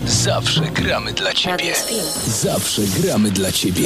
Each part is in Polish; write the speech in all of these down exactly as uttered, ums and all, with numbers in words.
Zawsze gramy dla Ciebie. Zawsze gramy dla Ciebie.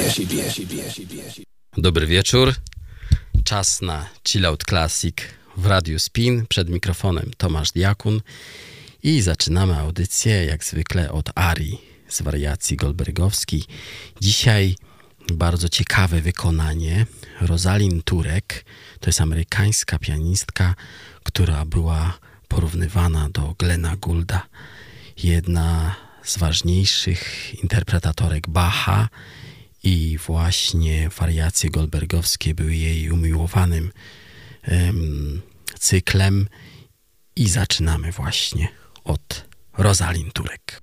Dobry wieczór. Czas na Chillout Classic w Radiu Spin. Przed mikrofonem Tomasz Diakun. I zaczynamy audycję jak zwykle od arii z wariacji goldbergowskiej. Dzisiaj bardzo ciekawe wykonanie. Rosalind Turek to jest amerykańska pianistka, która była porównywana do Glena Goulda. Jedna z ważniejszych interpretatorek Bacha i właśnie wariacje goldbergowskie były jej umiłowanym um, cyklem i zaczynamy właśnie od Rosalind Turek.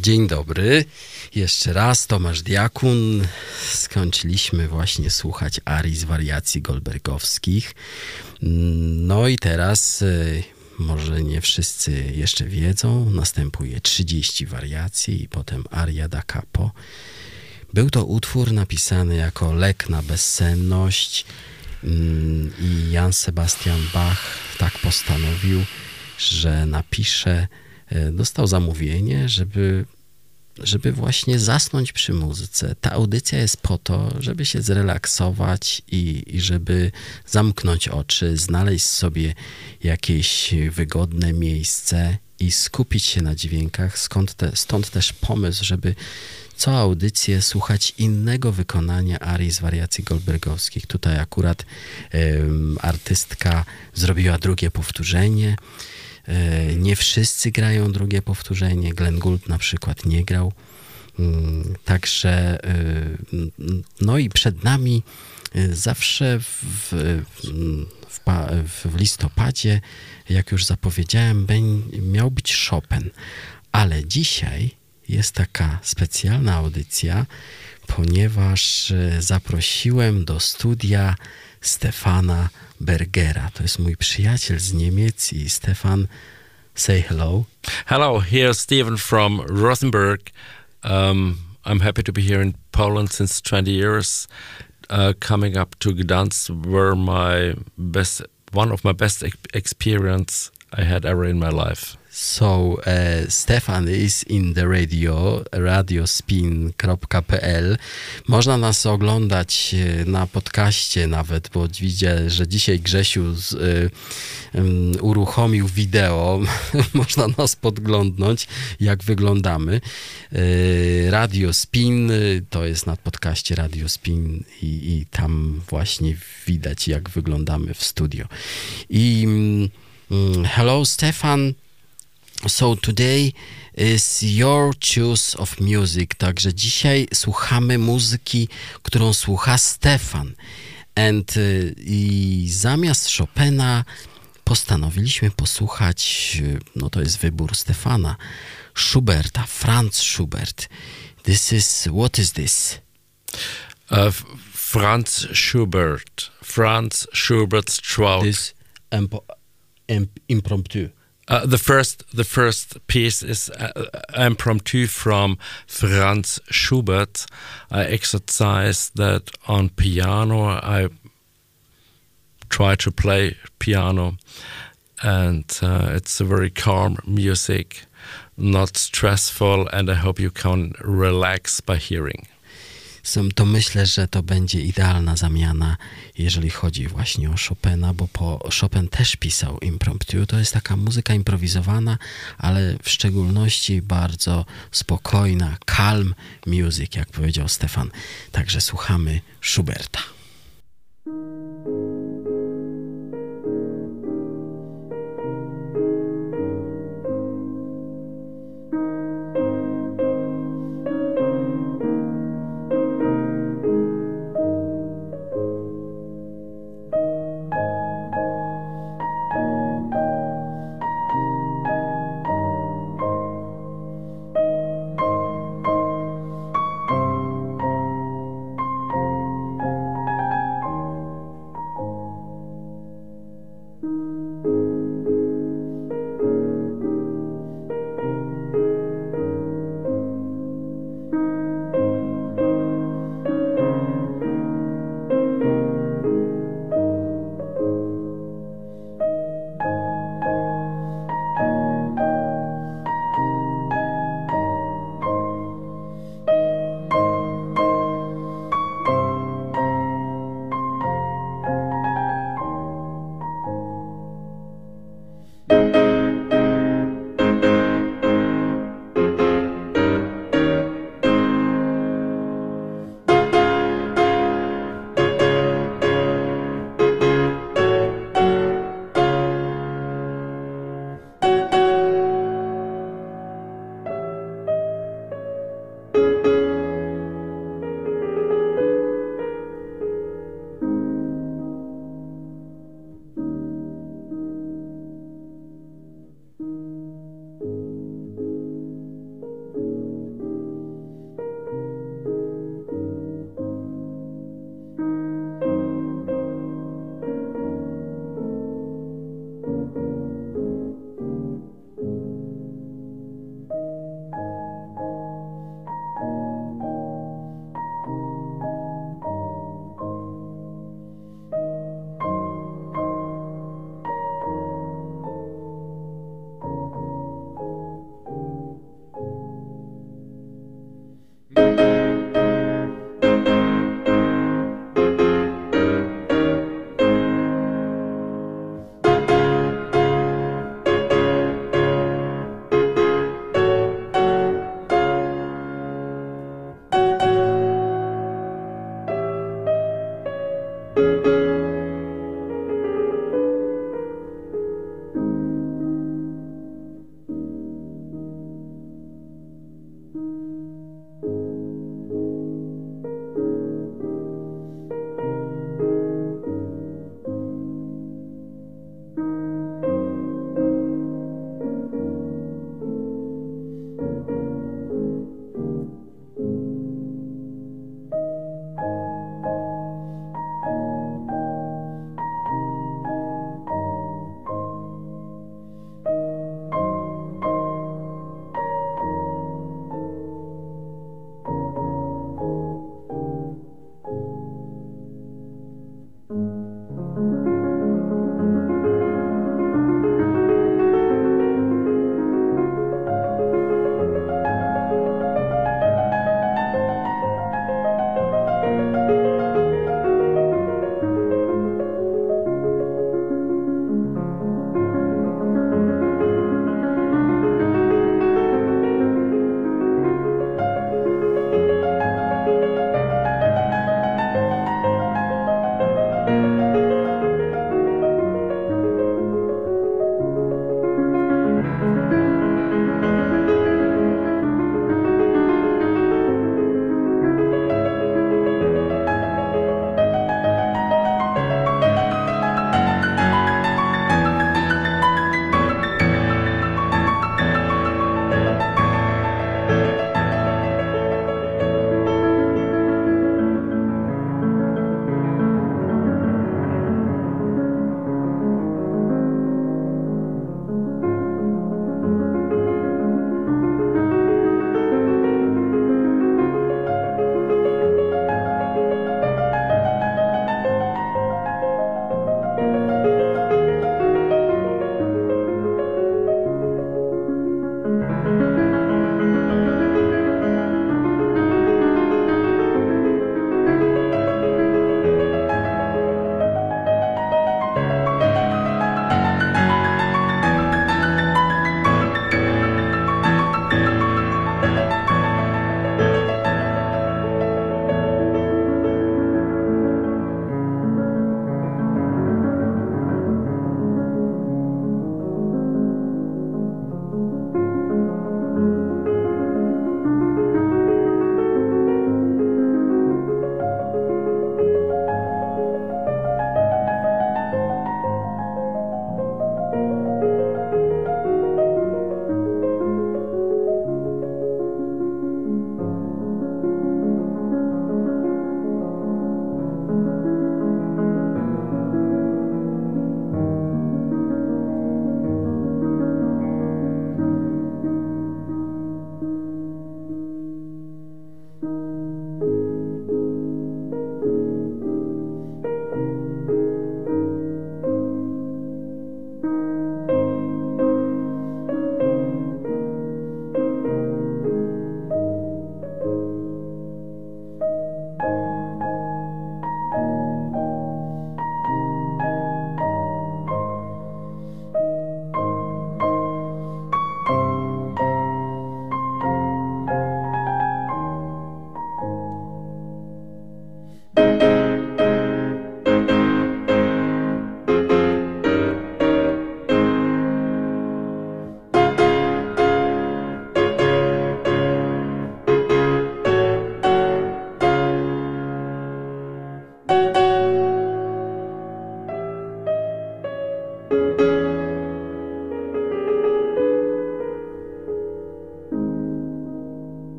Dzień dobry. Jeszcze raz Tomasz Diakun. Skończyliśmy właśnie słuchać arii z wariacji goldbergowskich. No i teraz, może nie wszyscy jeszcze wiedzą, następuje trzydzieści wariacji i potem aria da capo. Był to utwór napisany jako lek na bezsenność i Jan Sebastian Bach tak postanowił, że napisze, dostał zamówienie, żeby, żeby właśnie zasnąć przy muzyce. Ta audycja jest po to, żeby się zrelaksować i, i żeby zamknąć oczy, znaleźć sobie jakieś wygodne miejsce i skupić się na dźwiękach. Skąd te, stąd też pomysł, żeby co audycję słuchać innego wykonania arii z wariacji goldbergowskich. Tutaj akurat um, artystka zrobiła drugie powtórzenie. E, nie wszyscy grają drugie powtórzenie. Glenn Gould na przykład nie grał. Um, także e, no i przed nami zawsze w, w, w, w listopadzie, jak już zapowiedziałem, miał być Chopin. Ale dzisiaj jest taka specjalna audycja, ponieważ zaprosiłem do studia Stefana Bergera. To jest mój przyjaciel z Niemiec i Stefan, say hello. Hello, here's Stephen from Rosenberg. Um, I'm happy to be here in Poland since twenty years, uh, coming up to Gdansk, where my best, one of my best experience I had ever in my life. So, uh, Stefan is in the radio, radiospin kropka p l. Można nas oglądać na podcaście nawet, bo widzę, że dzisiaj Grzesiu z, y, um, uruchomił wideo. Można nas podglądnąć, jak wyglądamy. Y, Radiospin, to jest na podcaście Radiospin i, i tam właśnie widać, jak wyglądamy w studio. I um, hello, Stefan. So today is your choice of music. Także dzisiaj słuchamy muzyki, którą słucha Stefan. And, y, I zamiast Chopina postanowiliśmy posłuchać, no to jest wybór Stefana, Schuberta, Franz Schubert. This is, what is this? Uh, Franz Schubert. Franz Schubert's Traut. This imp- imp- impromptu. Uh, the first, the first piece is uh, impromptu from Franz Schubert. I exercised that on piano. I try to play piano, and uh, it's a very calm music, not stressful, and I hope you can relax by hearing. To myślę, że to będzie idealna zamiana, jeżeli chodzi właśnie o Chopina, bo po Chopin też pisał impromptu. To jest taka muzyka improwizowana, ale w szczególności bardzo spokojna, calm music, jak powiedział Stefan. Także słuchamy Schuberta.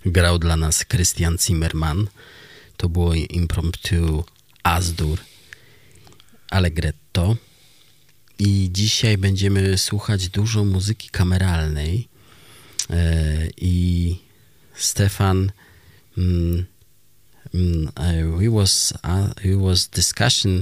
grał dla nas Christian Zimmerman. To było impromptu As-dur Allegretto. I dzisiaj będziemy słuchać dużo muzyki kameralnej. E, I Stefan, mm, mm, we was uh, we was discussion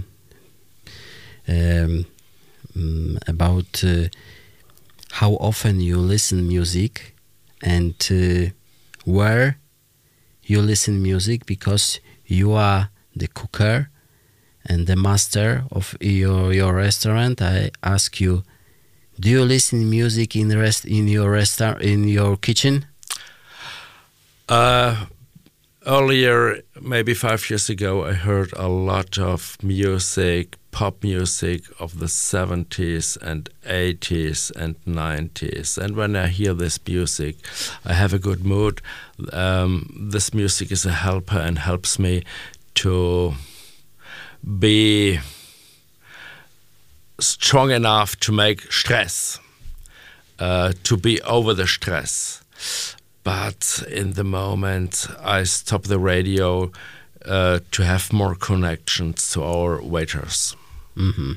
um, um, about uh, how often you listen music and uh, where you listen music, because you are the cooker and the master of your your restaurant. I ask you, do you listen music in rest in your restaurant in your kitchen? Uh, earlier, maybe five years ago, I heard a lot of music, pop music of the seventies and eighties and nineties. And when I hear this music, I have a good mood. Um, this music is a helper and helps me to be strong enough to make stress, uh, to be over the stress. But in the moment, I stop the radio uh, to have more connections to our waiters. Mm-hmm.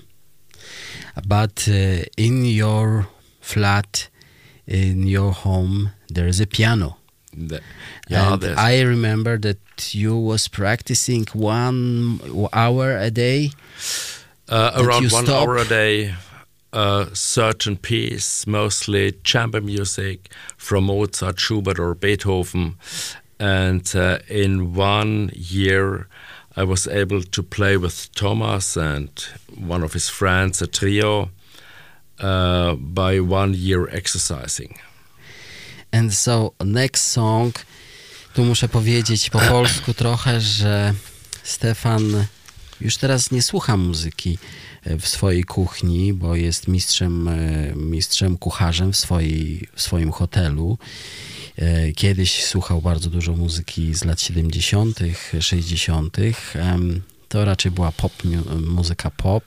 But uh, in your flat, in your home, there is a piano. The, yeah, and I remember that you was practicing one hour a day. Uh, around one stop. hour a day. A certain piece, mostly chamber music from Mozart, Schubert or Beethoven. And uh, in one year I was able to play with Thomas and one of his friends, a trio, uh, by one year exercising. And so next song, tu muszę powiedzieć po polsku trochę, że Stefan już teraz nie słucha muzyki w swojej kuchni, bo jest mistrzem, mistrzem kucharzem w, swojej, w swoim hotelu. Kiedyś słuchał bardzo dużo muzyki z lat siedemdziesiątych, sześćdziesiątych. To raczej była pop, muzyka pop.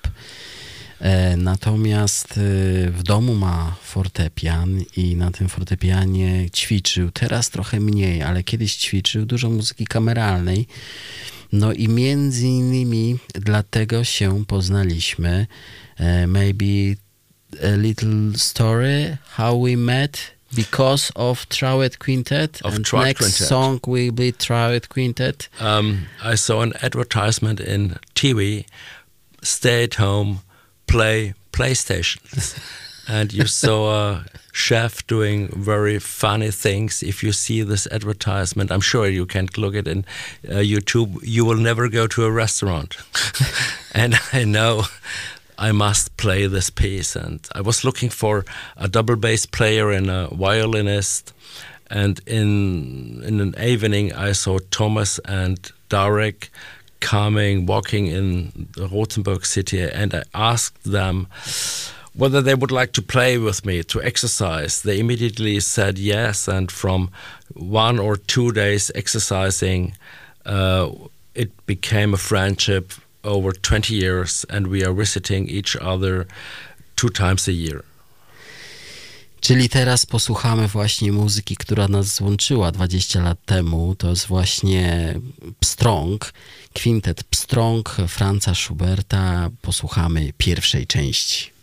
Natomiast w domu ma fortepian i na tym fortepianie ćwiczył. Teraz trochę mniej, ale kiedyś ćwiczył dużo muzyki kameralnej. No i między innymi dlatego się poznaliśmy. Uh, maybe a little story how we met because of Trauet Quintet. Of and Trauet next Quintet. song will be Trauet Quintet. Um, I saw an advertisement in T V, stay at home, play PlayStation. And you saw a chef doing very funny things. If you see this advertisement, I'm sure you can look it in uh, YouTube. You will never go to a restaurant. And I know I must play this piece. And I was looking for a double bass player and a violinist. And in in an evening, I saw Thomas and Darek coming, walking in the Rothenburg city. And I asked them whether they would like to play with me, to exercise. They immediately said yes, and from one or two days exercising, uh, it became a friendship over twenty years, and we are visiting each other two times a year. Czyli teraz posłuchamy właśnie muzyki, która nas złączyła dwadzieścia lat temu. To jest właśnie Pstrąg, kwintet Pstrąg Franza Schuberta. Posłuchamy pierwszej części.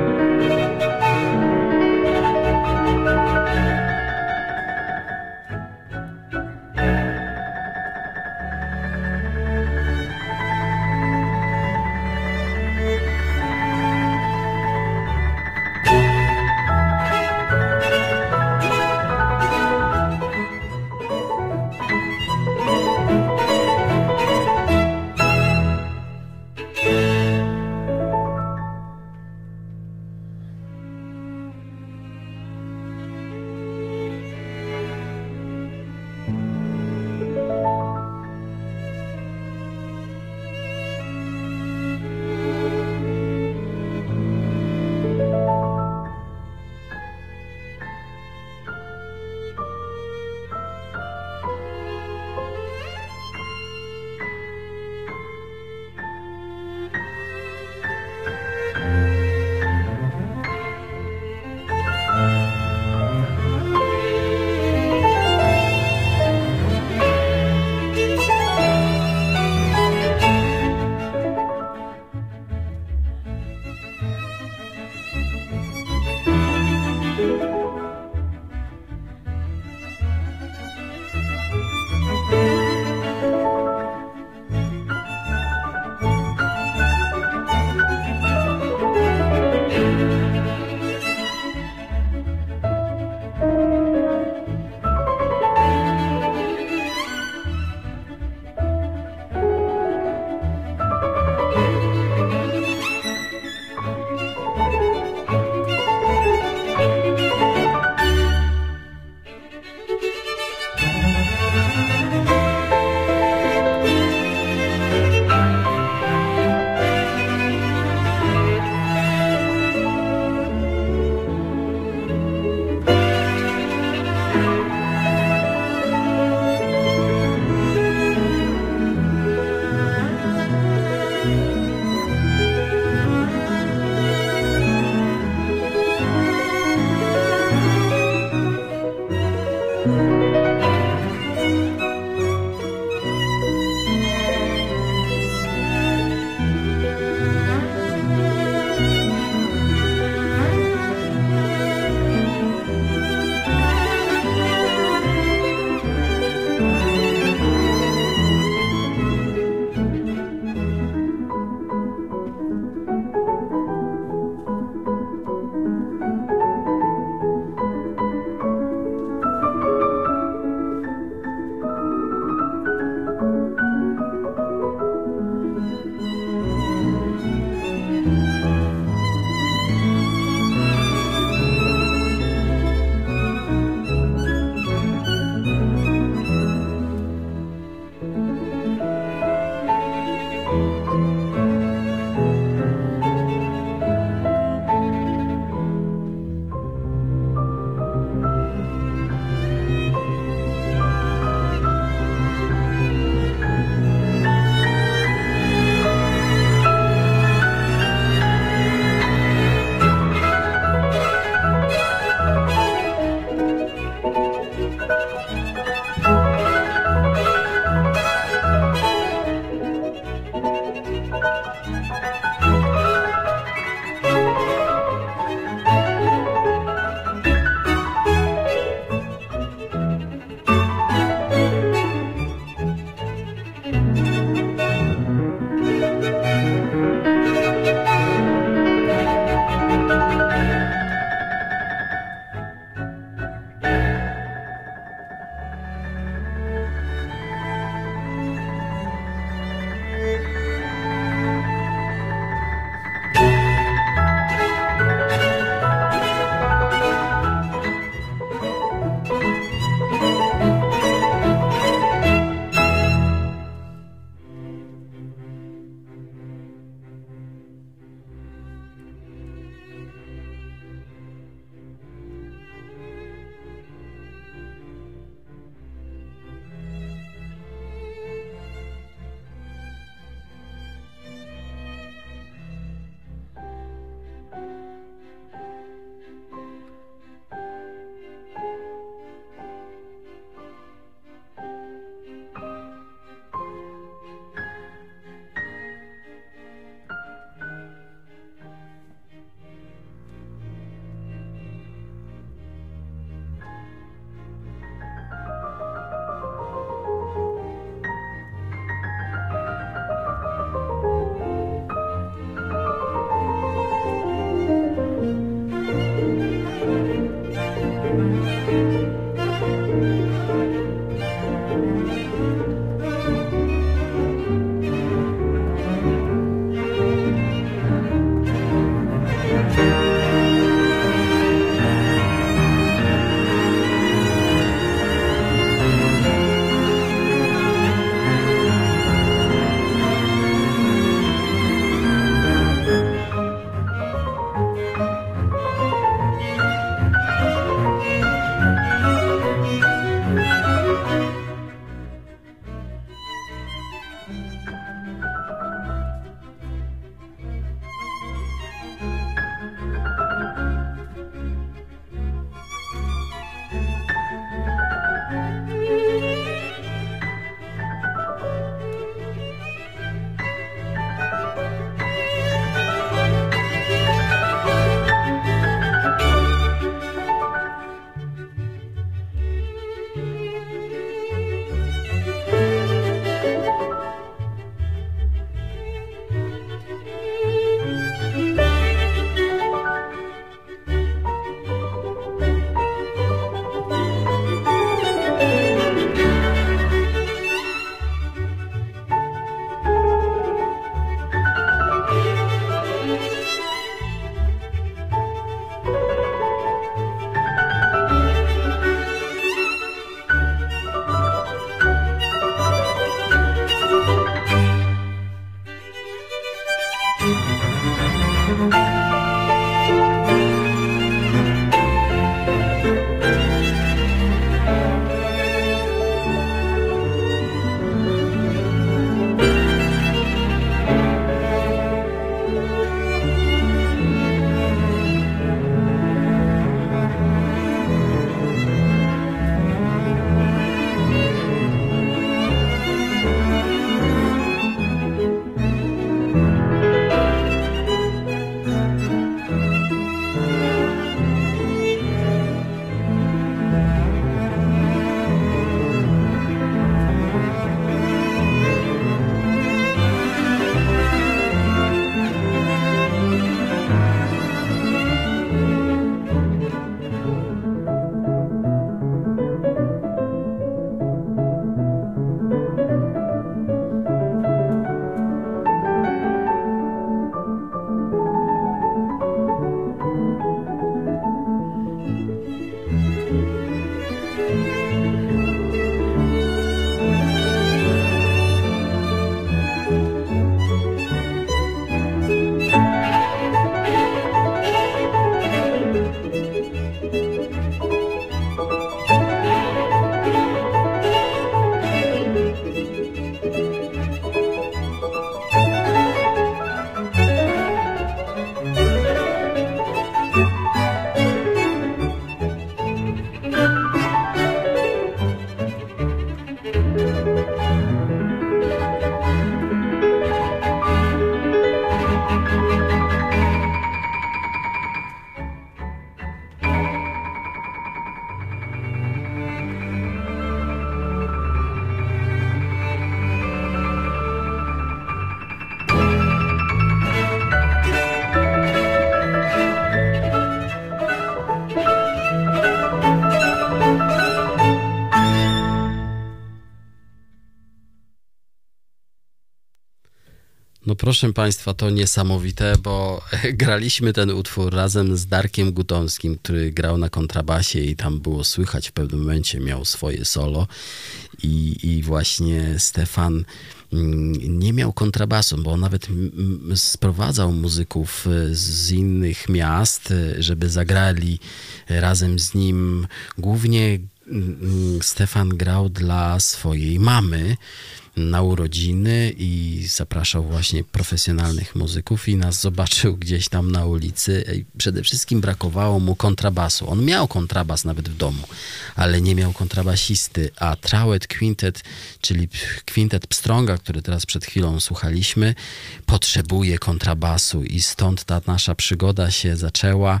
proszę Państwa, to niesamowite, bo graliśmy ten utwór razem z Darkiem Gutowskim, który grał na kontrabasie i tam było słychać, w pewnym momencie miał swoje solo i, i właśnie Stefan nie miał kontrabasu, bo on nawet sprowadzał muzyków z innych miast, żeby zagrali razem z nim. Głównie Stefan grał dla swojej mamy na urodziny i zapraszał właśnie profesjonalnych muzyków i nas zobaczył gdzieś tam na ulicy. I przede wszystkim brakowało mu kontrabasu. On miał kontrabas nawet w domu, ale nie miał kontrabasisty, a Trauet Quintet, czyli kwintet Pstronga, który teraz przed chwilą słuchaliśmy, potrzebuje kontrabasu i stąd ta nasza przygoda się zaczęła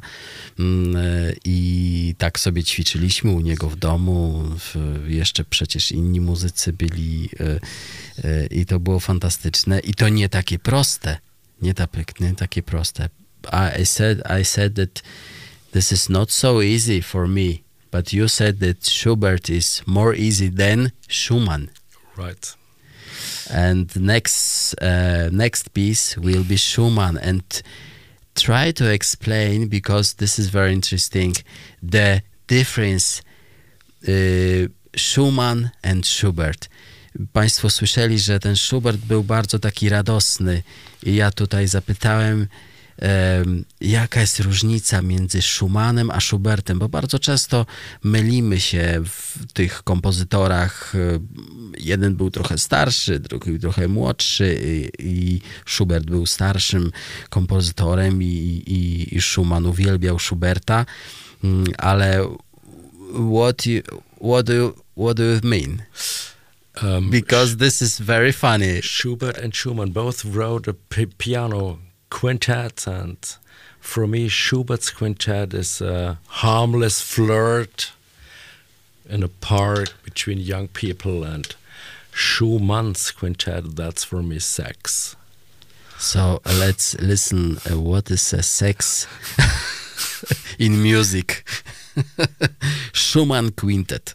i tak sobie ćwiczyliśmy u niego w domu. Jeszcze przecież inni muzycy byli i to było fantastyczne. I to nie takie proste. Nie, tak, nie takie proste. I, I, said, I said that this is not so easy for me, but you said that Schubert is more easy than Schumann. Right. And next, uh, next piece will be Schumann. And try to explain, because this is very interesting, the difference uh, Schumann and Schubert. Państwo słyszeli, że ten Schubert był bardzo taki radosny i ja tutaj zapytałem, e, jaka jest różnica między Schumannem a Schubertem, bo bardzo często mylimy się w tych kompozytorach. Jeden był trochę starszy, drugi trochę młodszy i, i Schubert był starszym kompozytorem i, i, i Schumann uwielbiał Schuberta, ale what, you, what, do, you, what do you mean? Um, Because this is very funny. Schubert and Schumann both wrote a p piano quintet, and for me, Schubert's quintet is a harmless flirt in a park between young people, and Schumann's quintet, that's for me sex. So uh, let's listen. Uh, what is a sex in music? Schumann quintet.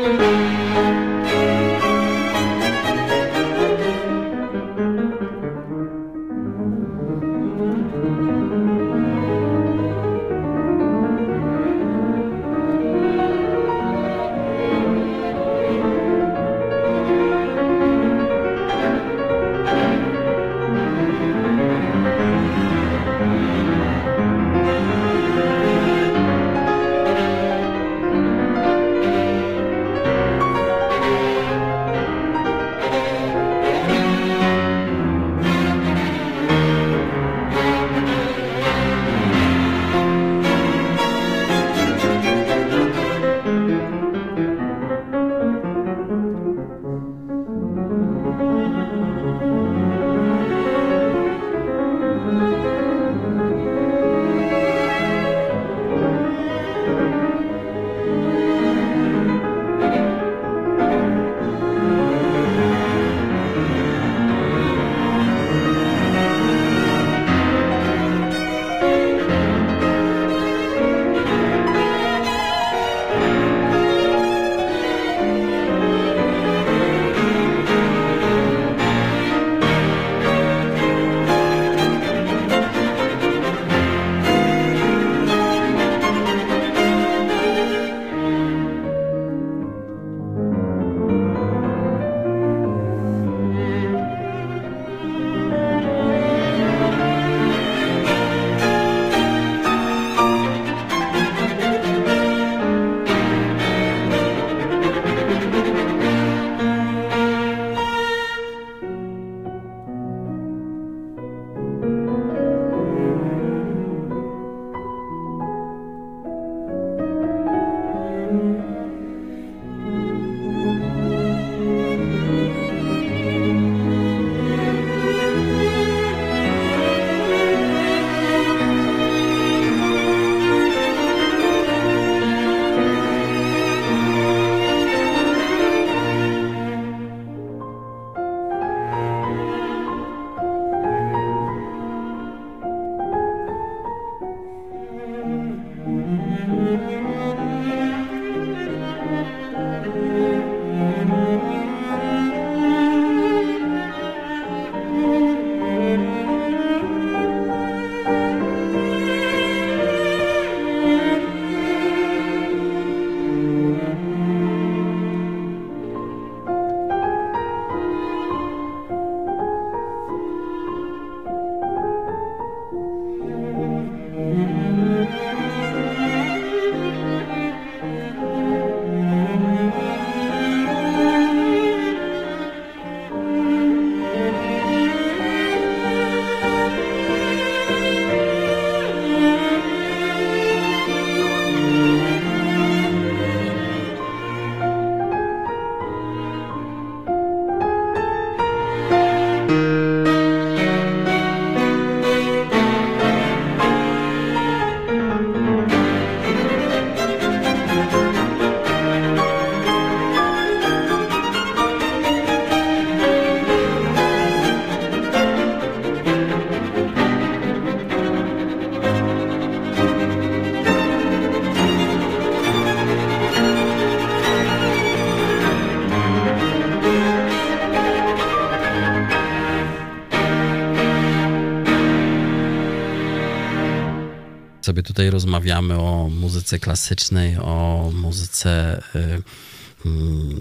sobie tutaj rozmawiamy o muzyce klasycznej, o muzyce, y, y,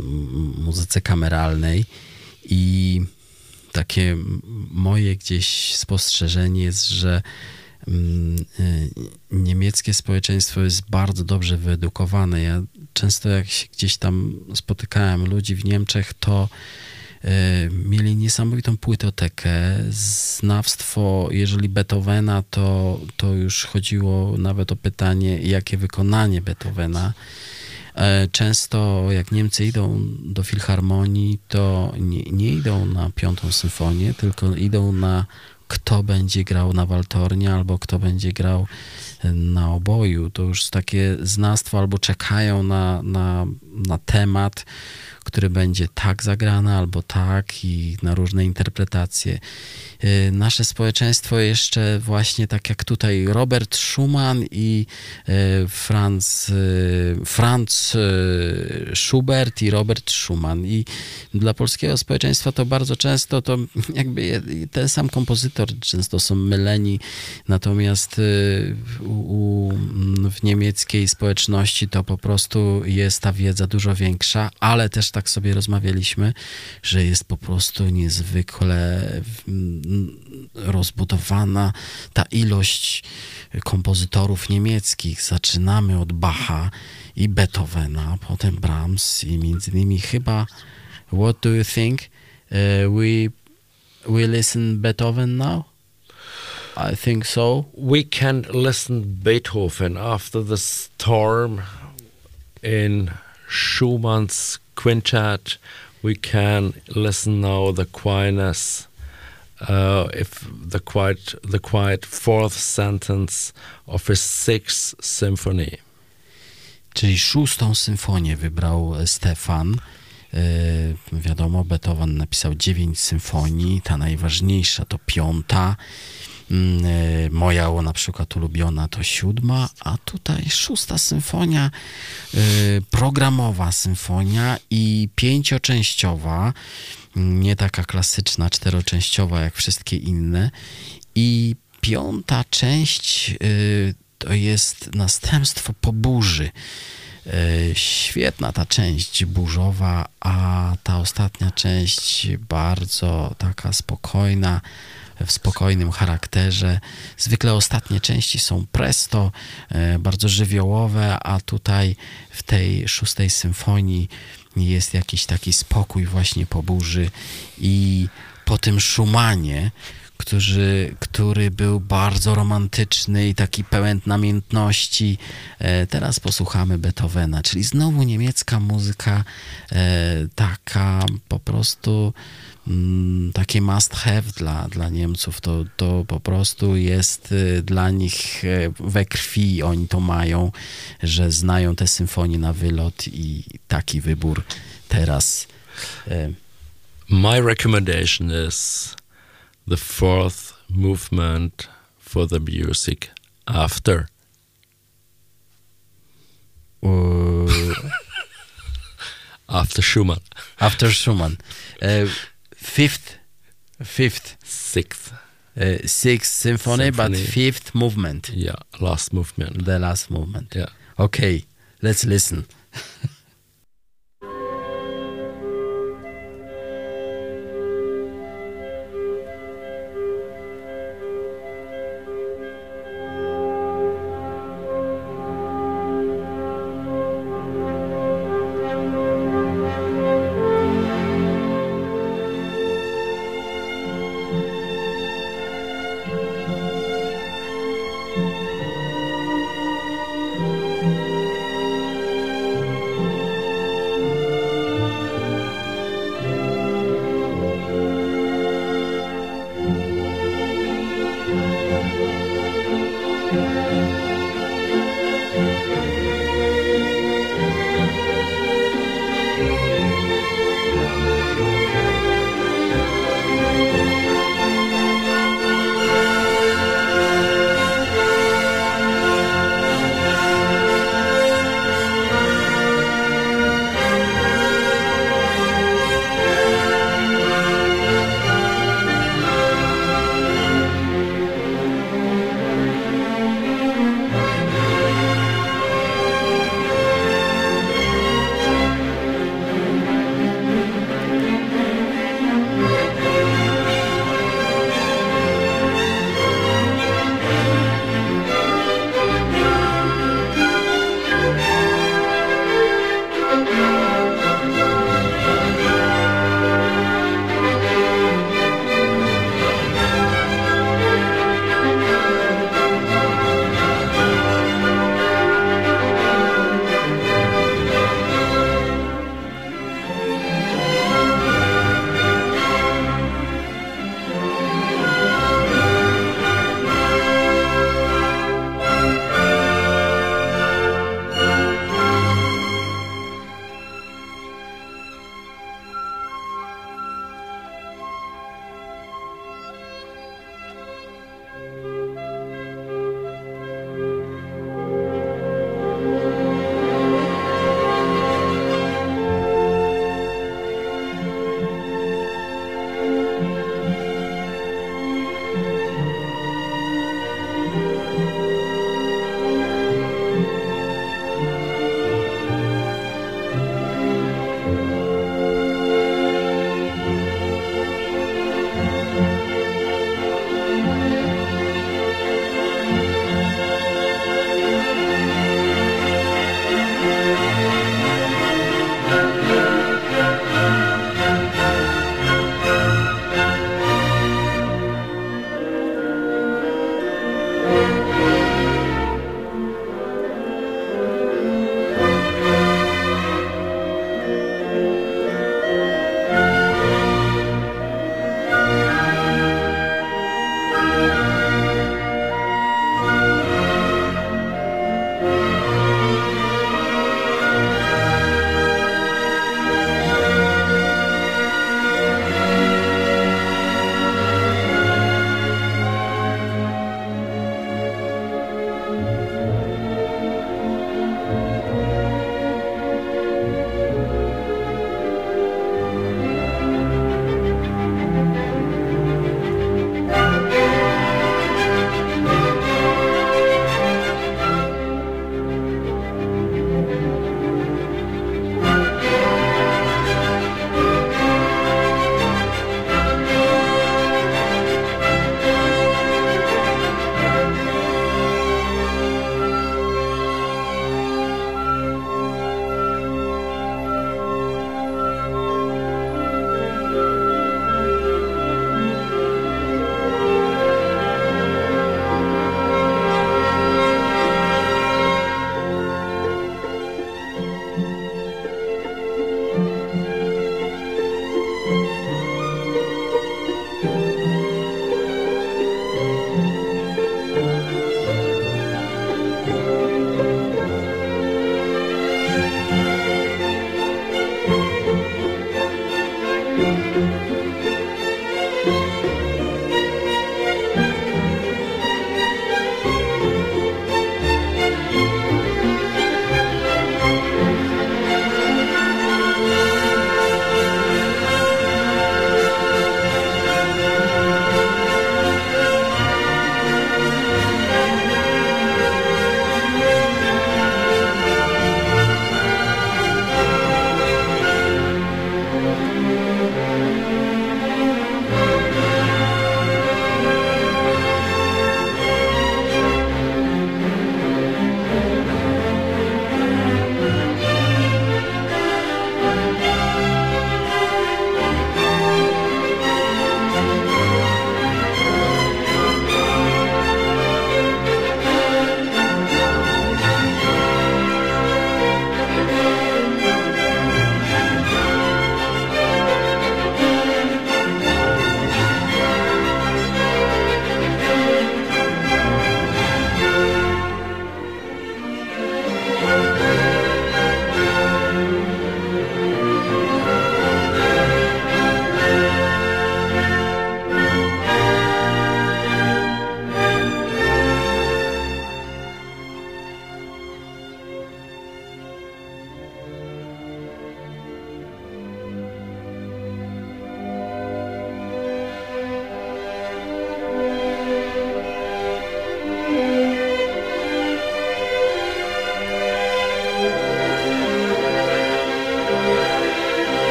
muzyce kameralnej i takie moje gdzieś spostrzeżenie jest, że y, y, niemieckie społeczeństwo jest bardzo dobrze wyedukowane. Ja często jak się gdzieś tam spotykałem ludzi w Niemczech, to mieli niesamowitą płytotekę, znawstwo, jeżeli Beethovena, to, to już chodziło nawet o pytanie, jakie wykonanie Beethovena. Często jak Niemcy idą do filharmonii, to nie, nie idą na piątą symfonię, tylko idą na kto będzie grał na waltornie albo kto będzie grał na oboju. To już takie znawstwo albo czekają na, na, na temat, który będzie tak zagrany albo tak i na różne interpretacje. Nasze społeczeństwo jeszcze właśnie tak jak tutaj Robert Schumann i Franz, Franz Schubert i Robert Schumann. I dla polskiego społeczeństwa to bardzo często to jakby ten sam kompozytor, często są myleni, natomiast u, w niemieckiej społeczności to po prostu jest ta wiedza dużo większa, ale też tak sobie rozmawialiśmy, że jest po prostu niezwykle rozbudowana ta ilość kompozytorów niemieckich. Zaczynamy od Bacha i Beethovena, potem Brahms i między innymi chyba what do you think? Uh, we we listen Beethoven now? I think so. We can listen Beethoven after the storm in Schumann's quintet. We can listen now the Aquinas, uh, if the quiet, the quiet fourth sentence of his sixth symphony. Czyli szóstą symfonię wybrał Stefan. Yy, wiadomo, Beethoven napisał dziewięć symfonii, ta najważniejsza to piąta. Yy, moja na przykład ulubiona to siódma, a tutaj szósta symfonia, yy, programowa symfonia i pięcioczęściowa, nie taka klasyczna, czteroczęściowa jak wszystkie inne. I piąta część yy, to jest następstwo po burzy. Świetna ta część burzowa, a ta ostatnia część bardzo taka spokojna, w spokojnym charakterze. Zwykle ostatnie części są presto, bardzo żywiołowe, a tutaj w tej szóstej symfonii jest jakiś taki spokój właśnie po burzy i po tym Schumannie, Który, który był bardzo romantyczny i taki pełen namiętności. E, teraz posłuchamy Beethovena, czyli znowu niemiecka muzyka, e, taka po prostu mm, takie must have dla, dla Niemców. To, to po prostu jest e, dla nich e, we krwi. Oni to mają, że znają te symfonie na wylot i taki wybór teraz. E. My recommendation is the fourth movement for the music after. Uh, after Schumann. After Schumann. Uh, fifth, fifth. Sixth. Uh, sixth symphony, symphony, but fifth movement. Yeah, last movement. The last movement. Yeah. Okay, let's listen.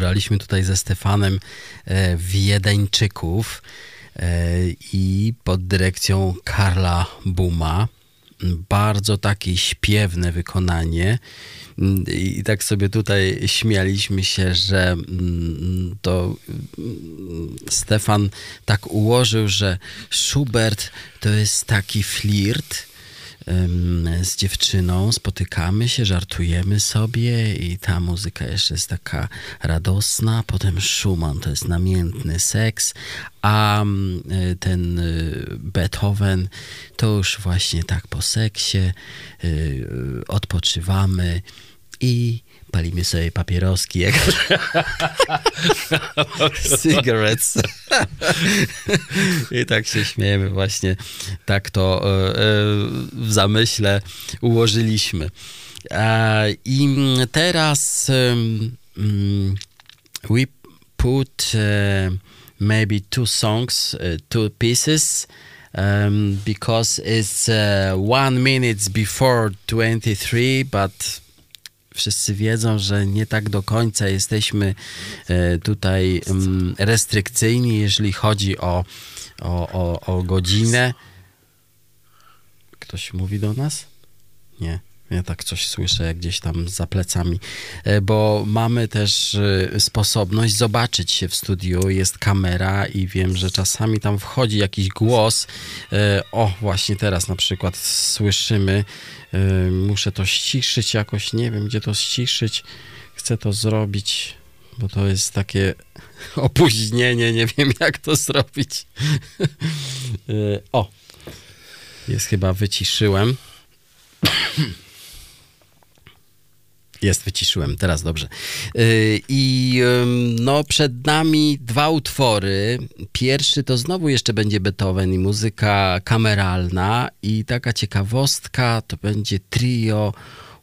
wybraliśmy tutaj ze Stefanem Wiedeńczyków i pod dyrekcją Karla Buma. Bardzo takie śpiewne wykonanie. I tak sobie tutaj śmialiśmy się, że to Stefan tak ułożył, że Schubert to jest taki flirt z dziewczyną, spotykamy się, żartujemy sobie i ta muzyka jeszcze jest taka radosna, potem Schumann to jest namiętny seks, a ten Beethoven to już właśnie tak po seksie, odpoczywamy i palimy sobie papieroski, jak cigarettes. I tak się śmiejemy właśnie. Tak to w zamyśle ułożyliśmy. I teraz we put maybe two songs, two pieces, um, because it's uh, one minute before twenty-three, but wszyscy wiedzą, że nie tak do końca jesteśmy tutaj restrykcyjni, jeżeli chodzi o, o, o, o godzinę. Ktoś mówi do nas? Nie. Ja tak coś słyszę jak gdzieś tam za plecami, bo mamy też sposobność zobaczyć się w studiu, jest kamera i wiem, że czasami tam wchodzi jakiś głos. O, właśnie teraz na przykład słyszymy, muszę to ściszyć jakoś, nie wiem gdzie to ściszyć, chcę to zrobić, bo to jest takie opóźnienie, nie wiem jak to zrobić. O, jest chyba wyciszyłem. Jest, wyciszyłem, teraz dobrze. I no, przed nami dwa utwory. Pierwszy to znowu jeszcze będzie Beethoven i muzyka kameralna i taka ciekawostka, to będzie trio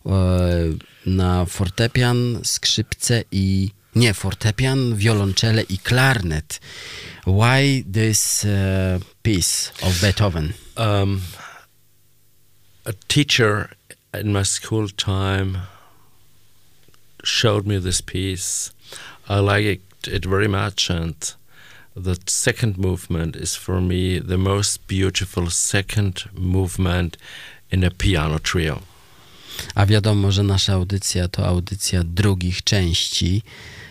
na fortepian, skrzypce i nie, fortepian, wiolonczele i klarnet. Why this uh, piece of Beethoven? Um, a teacher in my school time showed me this piece. I liked it very much, and the second movement is for me the most beautiful second movement in a piano trio. A wiadomo, że nasza audycja to audycja drugich części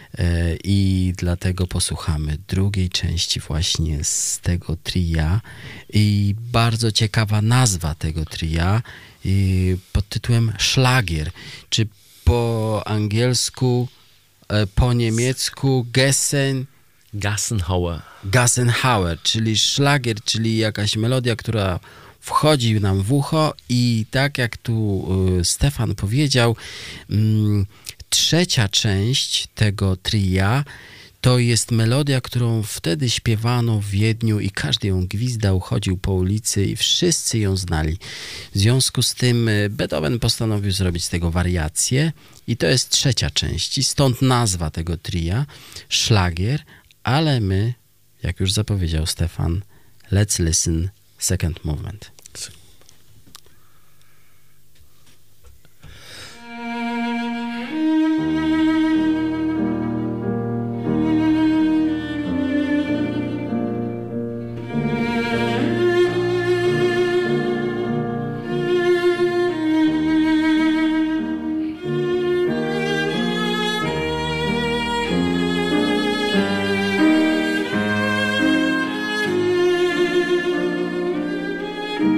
i dlatego posłuchamy drugiej części właśnie z tego tria i bardzo ciekawa nazwa tego tria pod tytułem Szlagier, czy po angielsku, po niemiecku Gessen, Gassenhauer. Gassenhauer, czyli szlagier, czyli jakaś melodia, która wchodzi nam w ucho i tak jak tu Stefan powiedział, trzecia część tego tria to jest melodia, którą wtedy śpiewano w Wiedniu i każdy ją gwizdał, chodził po ulicy i wszyscy ją znali. W związku z tym Beethoven postanowił zrobić z tego wariację i to jest trzecia część i stąd nazwa tego tria, szlagier, ale my, jak już zapowiedział Stefan, let's listen second movement. Thank you.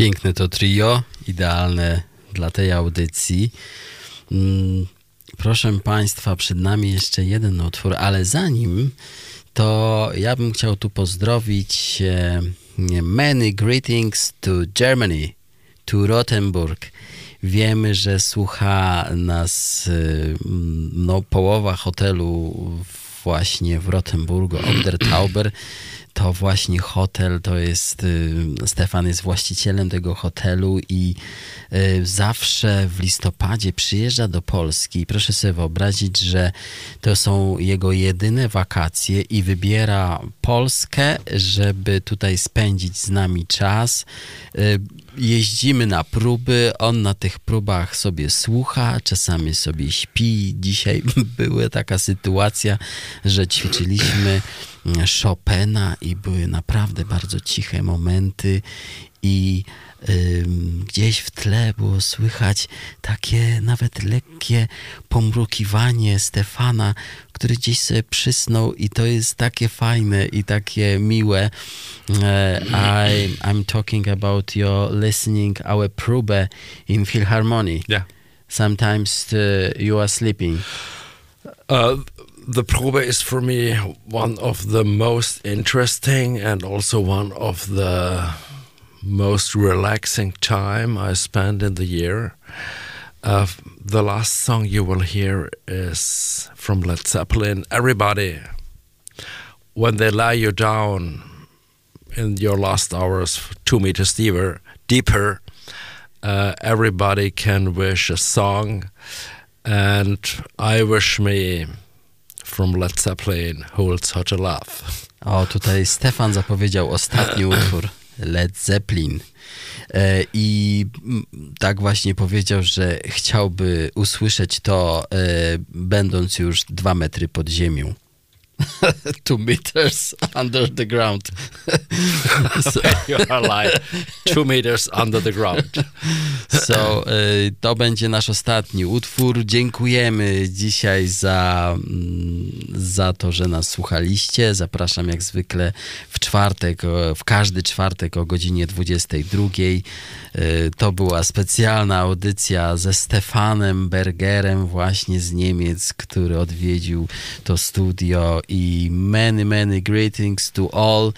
Piękne to trio, idealne dla tej audycji. Proszę Państwa, przed nami jeszcze jeden utwór, ale zanim to ja bym chciał tu pozdrowić many greetings to Germany, to Rothenburg. Wiemy, że słucha nas no, połowa hotelu właśnie w Rothenburgu, Ondertauber. To właśnie hotel, to jest, Stefan jest właścicielem tego hotelu i zawsze w listopadzie przyjeżdża do Polski. Proszę sobie wyobrazić, że to są jego jedyne wakacje i wybiera Polskę, żeby tutaj spędzić z nami czas. Jeździmy na próby, on na tych próbach sobie słucha, czasami sobie śpi. Dzisiaj była taka sytuacja, że ćwiczyliśmy Chopina i były naprawdę bardzo ciche momenty i ym, gdzieś w tle było słychać takie nawet lekkie pomrukiwanie Stefana, który gdzieś sobie przysnął i to jest takie fajne i takie miłe. Uh, I, I'm talking about your listening our próbę in Philharmonie. Yeah. Sometimes uh, you are sleeping. Uh, The Probe is for me one of the most interesting and also one of the most relaxing time I spend in the year. Uh, the last song you will hear is from Led Zeppelin, Everybody. When they lay you down in your last hours, two meters deeper, deeper uh, everybody can wish a song, and I wish me from Led Zeppelin, Hold Such a Love. O, tutaj Stefan zapowiedział ostatni utwór, Led Zeppelin. E, I tak właśnie powiedział, że chciałby usłyszeć to, e, będąc już dwa metry pod ziemią. Two meters under the ground. So, you are like two meters under the ground. So, y, to będzie nasz ostatni utwór. Dziękujemy dzisiaj za, za to, że nas słuchaliście. Zapraszam jak zwykle w czwartek, w każdy czwartek o godzinie dwudziestej drugiej. Y, to była specjalna audycja ze Stefanem Bergerem właśnie z Niemiec, który odwiedził to studio i many, many greetings to all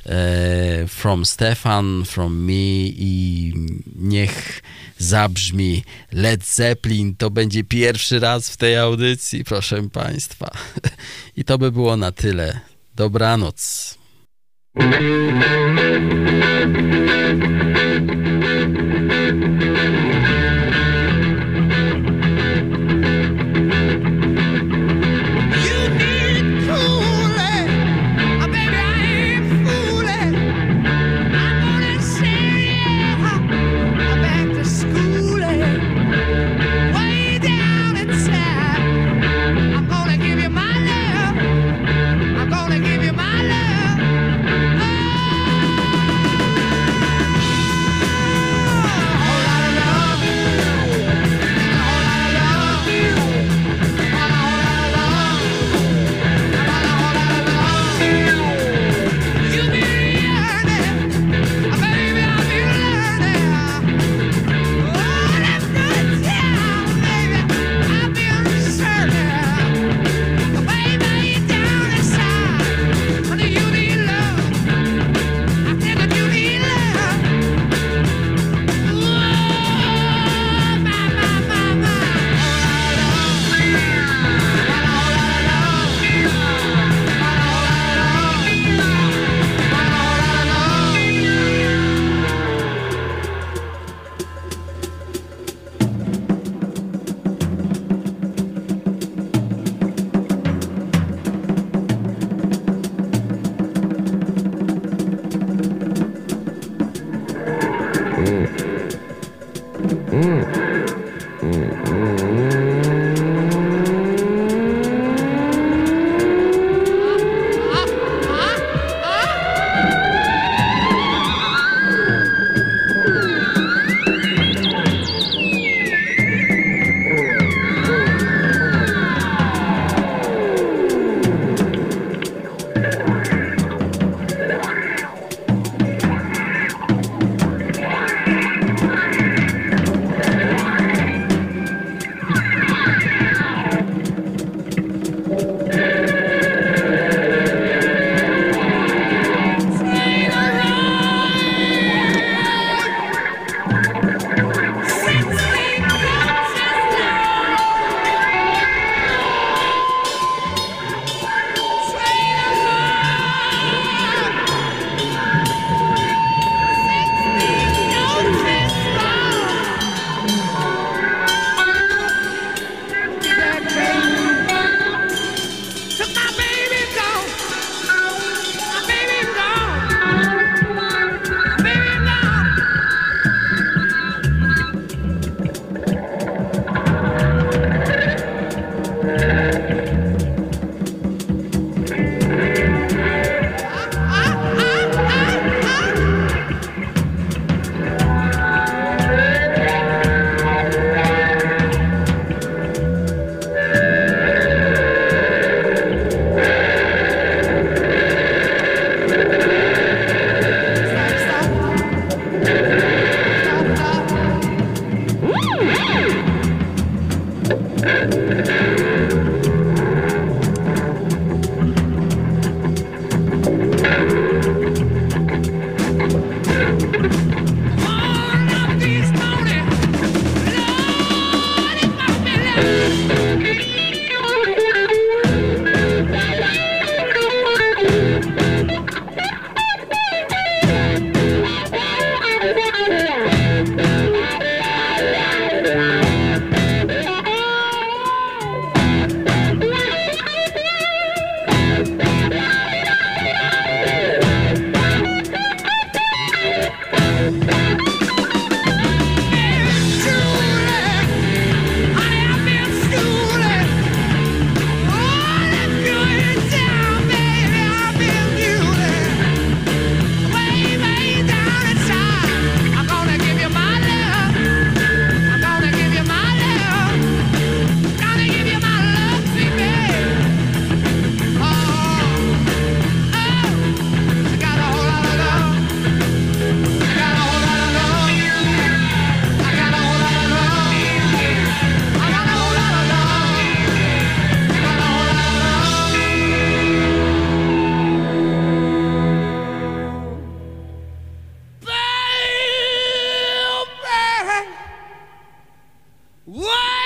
uh, from Stefan, from me i niech zabrzmi Led Zeppelin. To będzie pierwszy raz w tej audycji, proszę Państwa. I to by było na tyle. Dobranoc. What?